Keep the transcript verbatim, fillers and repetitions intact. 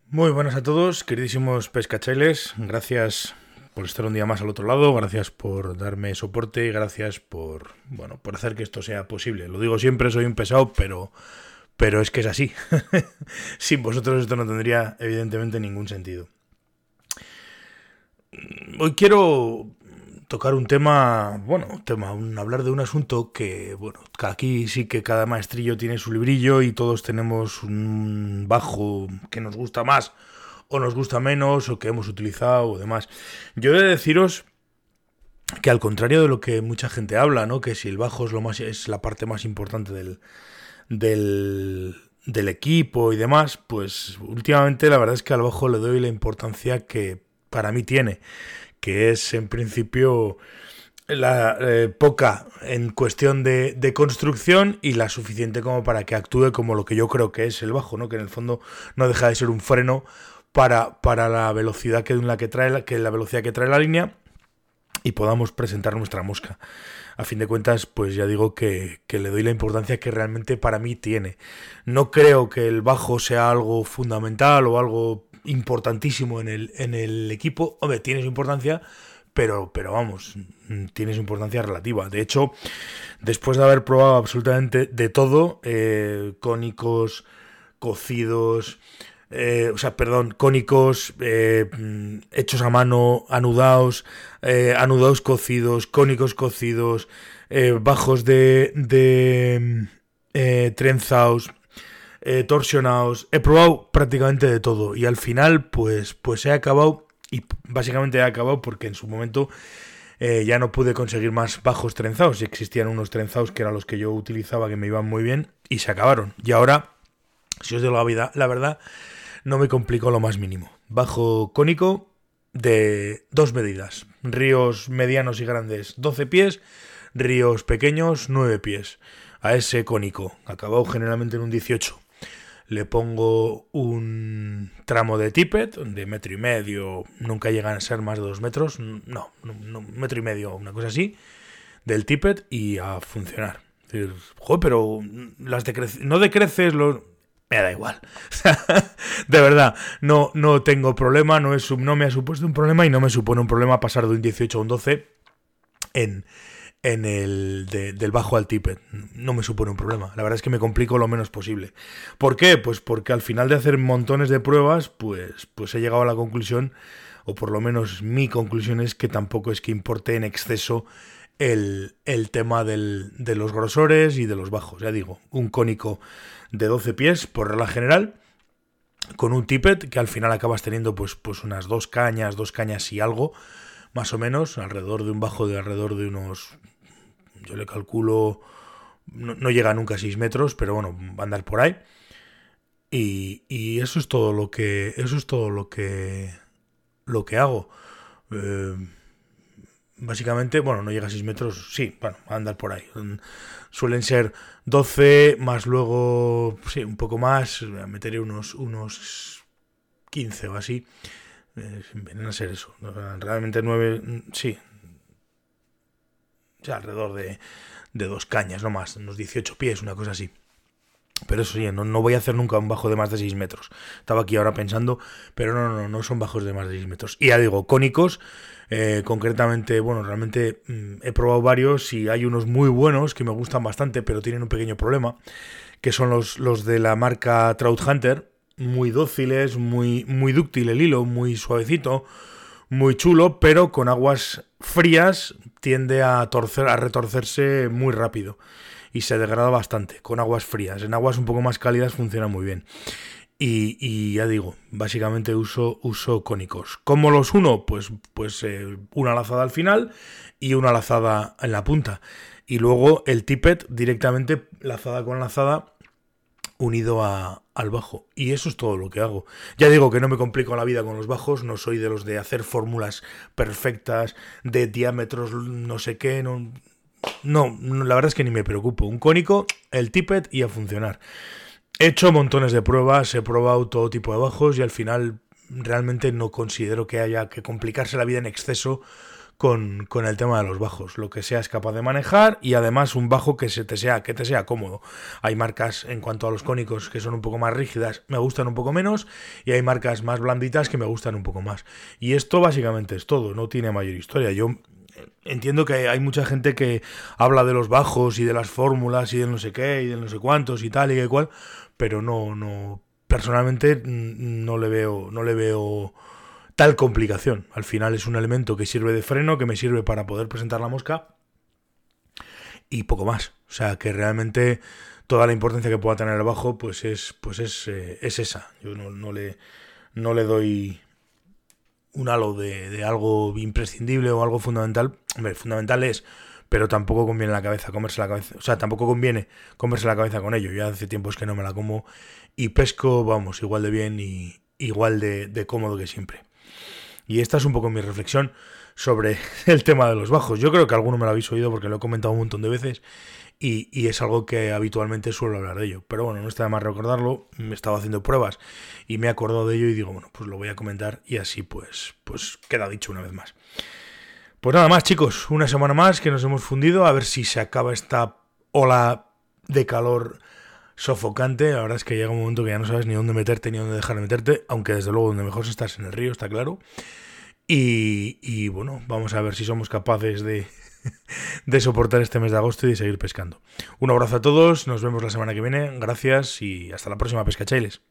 Muy buenas a todos, queridísimos pescachailes. Gracias por estar un día más al otro lado, gracias por darme soporte y gracias por, bueno, por hacer que esto sea posible. Lo digo siempre, soy un pesado, pero, pero es que es así. Sin vosotros esto no tendría evidentemente ningún sentido. Hoy quiero tocar un tema, bueno, un tema, un, hablar de un asunto que, bueno, que aquí sí que cada maestrillo tiene su librillo y todos tenemos un bajo que nos gusta más o nos gusta menos o que hemos utilizado o demás. Yo he de deciros que al contrario de lo que mucha gente habla, ¿no? Que si el bajo es lo más es la parte más importante del del del equipo y demás, pues últimamente la verdad es que al bajo le doy la importancia que para mí tiene, que es en principio la eh, poca en cuestión de, de construcción y la suficiente como para que actúe como lo que yo creo que es el bajo, ¿no? Que en el fondo no deja de ser un freno para, para la velocidad que, la que trae la, que la velocidad que trae la línea y podamos presentar nuestra mosca. A fin de cuentas, pues ya digo que, que le doy la importancia que realmente para mí tiene. No creo que el bajo sea algo fundamental o algo importantísimo en el, en el equipo. Hombre, tiene su importancia, pero, pero vamos, tiene su importancia relativa. De hecho, después de haber probado absolutamente de todo, eh, cónicos, cocidos, eh, o sea, perdón, cónicos, eh, hechos a mano, anudados, eh, anudados cocidos, cónicos cocidos, eh, bajos de, de eh, trenzados, eh, torsionados. He probado prácticamente de todo y al final, pues, pues he acabado, y básicamente he acabado porque en su momento eh, ya no pude conseguir más bajos trenzados. Existían unos trenzados que eran los que yo utilizaba que me iban muy bien y se acabaron. Y ahora, si os digo la, vida, la verdad, no me complicó lo más mínimo. Bajo cónico de dos medidas. Ríos medianos y grandes doce pies, ríos pequeños nueve pies. A ese cónico, acabado generalmente en un dieciocho. Le pongo un tramo de tippet de metro y medio, nunca llegan a ser más de dos metros, no, no, no metro y medio, una cosa así, del tippet y a funcionar. Es decir, joder, pero las decrece, no decreces los... Me da igual. De verdad, no, no tengo problema, no, es, no me ha supuesto un problema y no me supone un problema pasar de un dieciocho a un doce en... en el de, del bajo al tippet. No me supone un problema. La verdad es que me complico lo menos posible. ¿Por qué? Pues porque al final de hacer montones de pruebas, pues, pues he llegado a la conclusión, o por lo menos mi conclusión es que tampoco es que importe en exceso el, el tema del, de los grosores y de los bajos. Ya digo, un cónico de doce pies por regla general, con un tippet que al final acabas teniendo pues, pues unas dos cañas, dos cañas y algo, más o menos, alrededor de un bajo de alrededor de unos, yo le calculo, no, no llega nunca a seis metros, pero bueno, va a andar por ahí. Y, y eso es todo lo que, eso es todo lo que, lo que hago. Eh, básicamente, bueno, no llega a seis metros, sí, bueno, va a andar por ahí. Suelen ser doce, más luego, sí, un poco más, meteré unos, unos quince o así. Eh, vienen a ser eso, realmente nueve, sí, o sea, alrededor de, de dos cañas, no más, unos dieciocho pies, una cosa así. Pero eso sí, no, no voy a hacer nunca un bajo de más de seis metros. Estaba aquí ahora pensando, pero no, no, no son bajos de más de seis metros. Y ya digo, cónicos, eh, concretamente, bueno, realmente mmm, he probado varios y hay unos muy buenos que me gustan bastante, pero tienen un pequeño problema, que son los, los de la marca Trout Hunter, muy dóciles, muy, muy dúctil el hilo, muy suavecito, muy chulo, pero con aguas frías tiende a torcer, a retorcerse muy rápido y se degrada bastante con aguas frías. En aguas un poco más cálidas funciona muy bien. Y, y ya digo, básicamente uso, uso cónicos. ¿Cómo los uno? Pues, pues eh, una lazada al final y una lazada en la punta. Y luego el tippet directamente lazada con lazada unido a, al bajo. Y eso es todo lo que hago. Ya digo que no me complico la vida con los bajos, no soy de los de hacer fórmulas perfectas, de diámetros no sé qué, no, no, la verdad es que ni me preocupo. Un cónico, el tippet y a funcionar. He hecho montones de pruebas, he probado todo tipo de bajos y al final realmente no considero que haya que complicarse la vida en exceso con, con el tema de los bajos, lo que seas capaz de manejar y además un bajo que se te sea, que te sea cómodo. Hay marcas en cuanto a los cónicos que son un poco más rígidas, me gustan un poco menos, y hay marcas más blanditas que me gustan un poco más. Y esto básicamente es todo, no tiene mayor historia. Yo entiendo que hay mucha gente que habla de los bajos y de las fórmulas y de no sé qué y de no sé cuántos y tal y que cual, pero no, no, personalmente no le veo, no le veo tal complicación. Al final es un elemento que sirve de freno, que me sirve para poder presentar la mosca y poco más. O sea, que realmente toda la importancia que pueda tener el bajo, pues es, pues es, eh, es esa. Yo no, no le, no le doy un halo de, de algo imprescindible o algo fundamental. Hombre, fundamental es, pero tampoco conviene la cabeza comerse la cabeza. O sea, tampoco conviene comerse la cabeza con ello. Ya hace tiempo es que no me la como y pesco, vamos, igual de bien y igual de, de cómodo que siempre. Y esta es un poco mi reflexión sobre el tema de los bajos. Yo creo que alguno me lo habéis oído porque lo he comentado un montón de veces y, y es algo que habitualmente suelo hablar de ello. Pero bueno, no está de más recordarlo. Me estaba haciendo pruebas y me he acordado de ello y digo, bueno, pues lo voy a comentar y así pues, pues queda dicho una vez más. Pues nada más, chicos, una semana más que nos hemos fundido, a ver si se acaba esta ola de calor sofocante. La verdad es que llega un momento que ya no sabes ni dónde meterte ni dónde dejar de meterte, aunque desde luego donde mejor estás en el río, está claro. Y, y bueno, vamos a ver si somos capaces de, de soportar este mes de agosto y de seguir pescando. Un abrazo a todos, nos vemos la semana que viene, gracias y hasta la próxima pesca, chailes.